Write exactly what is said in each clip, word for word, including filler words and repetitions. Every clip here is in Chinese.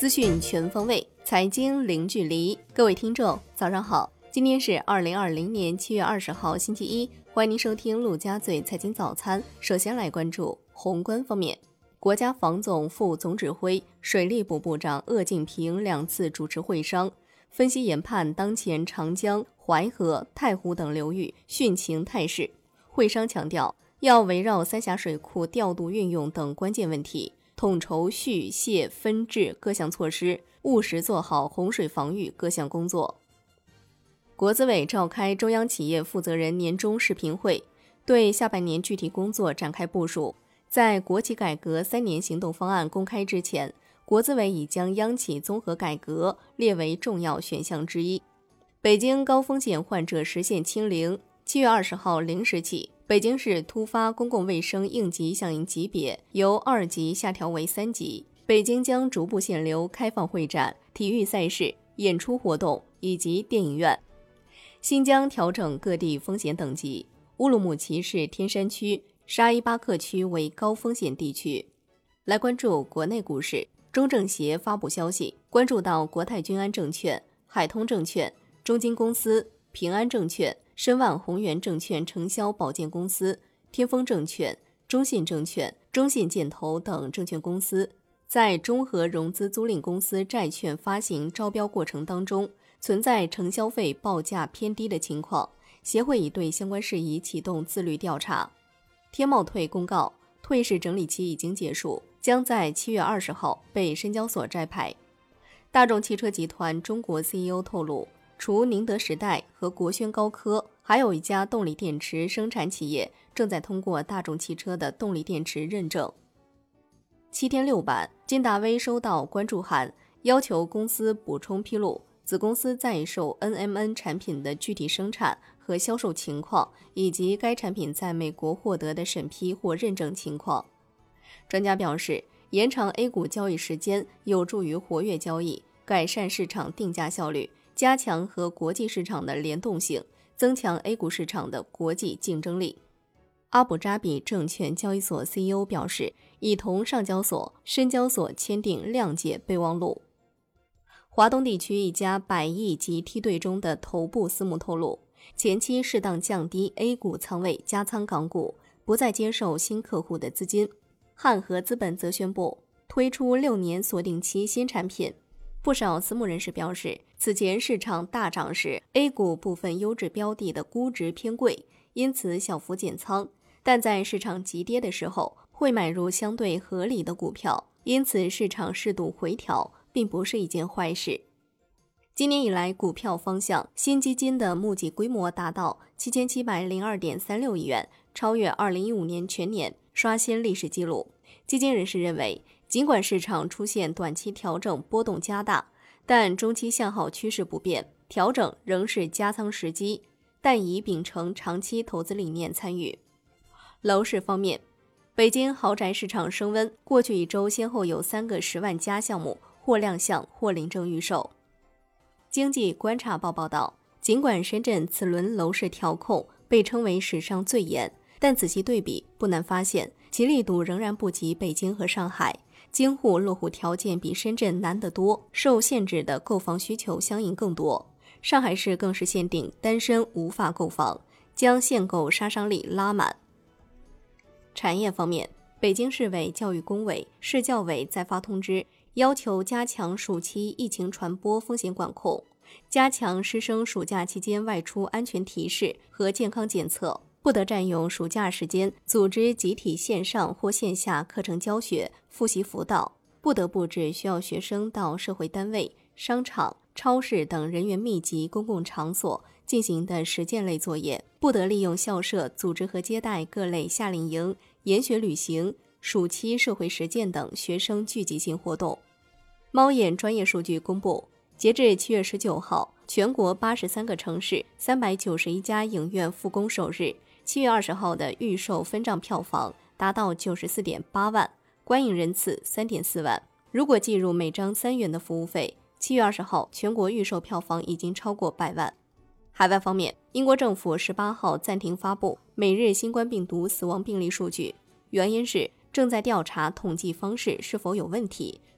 资讯全方位，财经零距离。各位听众，早上好！今天是二零二零年七月二十号，星期一。欢迎您收听陆家嘴财经早餐。首先来关注宏观方面，国家防总副总指挥、水利部部长鄂敬平两次主持会商，分析研判当前长江、淮河、太湖等流域汛情态势。会商强调，要围绕三峡水库调度运用等关键问题，统筹蓄泄分治各项措施，务实做好洪水防御各项工作。国资委召开中央企业负责人年终视频会，对下半年具体工作展开部署。在国企改革三年行动方案公开之前，国资委已将央企综合改革列为重要选项之一。北京高风险患者实现清零，七月二十号零时起，北京市突发公共卫生应急响应级别由二级下调为三级。北京将逐步限流开放会展、体育赛事、演出活动以及电影院。新疆调整各地风险等级，乌鲁木齐市天山区、沙依巴克区为高风险地区。来关注国内股市，中证协发布消息，关注到国泰君安证券、海通证券、中金公司、平安证券、申万宏源证券承销保荐公司、天风证券、中信证券、中信建投等证券公司在中合融资租赁公司债券发行招标过程当中存在承销费报价偏低的情况，协会已对相关事宜启动自律调查。天茂退公告，退市整理期已经结束，将在七月二十号被深交所摘牌。大众汽车集团中国 C E O 透露，除宁德时代和国轩高科，还有一家动力电池生产企业正在通过大众汽车的动力电池认证。七天六版，金达威收到关注函，要求公司补充披露子公司在售 N M N 产品的具体生产和销售情况，以及该产品在美国获得的审批或认证情况。专家表示，延长 A 股交易时间有助于活跃交易，改善市场定价效率，加强和国际市场的联动性，增强 A 股市场的国际竞争力。阿布扎比证券交易所 C E O 表示，已同上交所、深交所签订谅解备忘录。华东地区一家百亿级梯队中的头部私募透露，前期适当降低 A 股仓位，加仓港股，不再接受新客户的资金。汉和资本则宣布推出六年锁定期新产品。不少私募人士表示，此前市场大涨时 A 股部分优质标的的估值偏贵，因此小幅减仓，但在市场急跌的时候会买入相对合理的股票，因此市场适度回调并不是一件坏事。今年以来，股票方向新基金的募集规模达到 七千七百零二点三六亿元，超越二零一五年全年，刷新历史记录。基金人士认为，尽管市场出现短期调整波动加大，但中期向好趋势不变，调整仍是加仓时机，但已秉承长期投资理念参与。楼市方面，北京豪宅市场升温，过去一周先后有三个十万加项目或亮相或领证预售。经济观察报报道，尽管深圳此轮楼市调控被称为史上最严，但仔细对比，不难发现其力度仍然不及北京和上海，京沪落户条件比深圳难得多，受限制的购房需求相应更多。上海市更是限定单身无法购房，将限购杀伤力拉满。产业方面，北京市委教育工委、市教委再发通知，要求加强暑期疫情传播风险管控，加强师生暑假期间外出安全提示和健康检测，不得占用暑假时间组织集体线上或线下课程教学、复习辅导，不得布置需要学生到社会单位、商场、超市等人员密集公共场所进行的实践类作业，不得利用校舍组织和接待各类夏令营、研学旅行、暑期社会实践等学生聚集性活动。猫眼专业数据公布，截至七月十九号，全国八十三个城市三百九十一家影院复工首日，七月二十号的预售分账票房达到九十四点八万，观影人次三点四万。如果计入每张三元的服务费，七月二十号全国预售票房已经超过百万。海外方面，英国政府十八号暂停发布每日新冠病毒死亡病例数据，原因是正在调查统计方式是否有问题，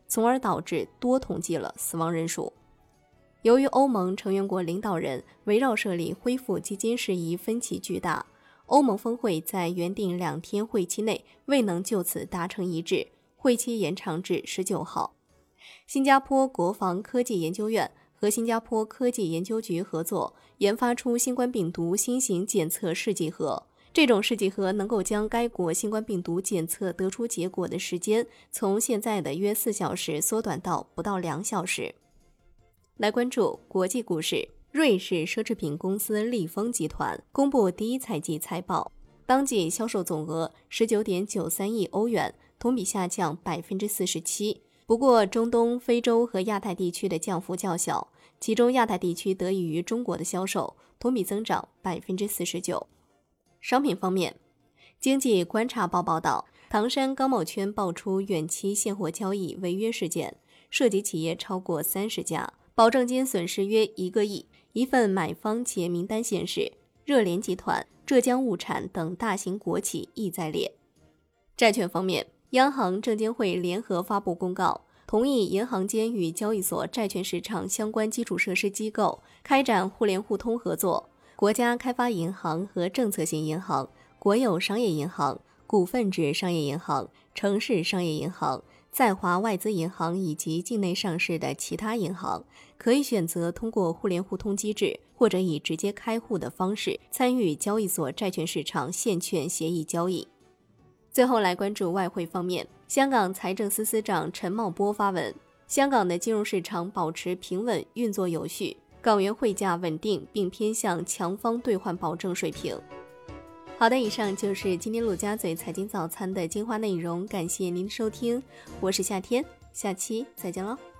从而导致多统计了死亡人数。由于欧盟成员国领导人围绕设立恢复基金事宜分歧巨大，欧盟峰会在原定两天会期内未能就此达成一致，会期延长至十九号。新加坡国防科技研究院和新加坡科技研究局合作研发出新冠病毒新型检测试剂盒，这种试剂盒能够将该国新冠病毒检测得出结果的时间从现在的约四小时缩短到不到两小时。来关注国际股市，瑞士奢侈品公司利丰集团公布第一财季财报，当季销售总额 十九点九三亿欧元，同比下降 百分之四十七。不过，中东、非洲和亚太地区的降幅较小，其中亚太地区得益于中国的销售，同比增长 百分之四十九。商品方面，经济观察报报道，唐山钢贸圈爆出远期现货交易违约事件，涉及企业超过三十家，保证金损失约一个亿。一份买方企业名单显示，热联集团、浙江物产等大型国企亦在列。债券方面，央行、证监会联合发布公告，同意银行间与交易所债券市场相关基础设施机构开展互联互通合作。国家开发银行和政策性银行、国有商业银行、股份制商业银行、城市商业银行、在华外资银行以及境内上市的其他银行，可以选择通过互联互通机制，或者以直接开户的方式参与交易所债券市场现券协议交易。最后来关注外汇方面，香港财政司司长陈茂波发文，香港的金融市场保持平稳，运作有序，港元汇价稳定并偏向强方兑换保证水平。好的，以上就是今天陆家嘴财经早餐的精华内容，感谢您的收听，我是夏天，下期再见喽。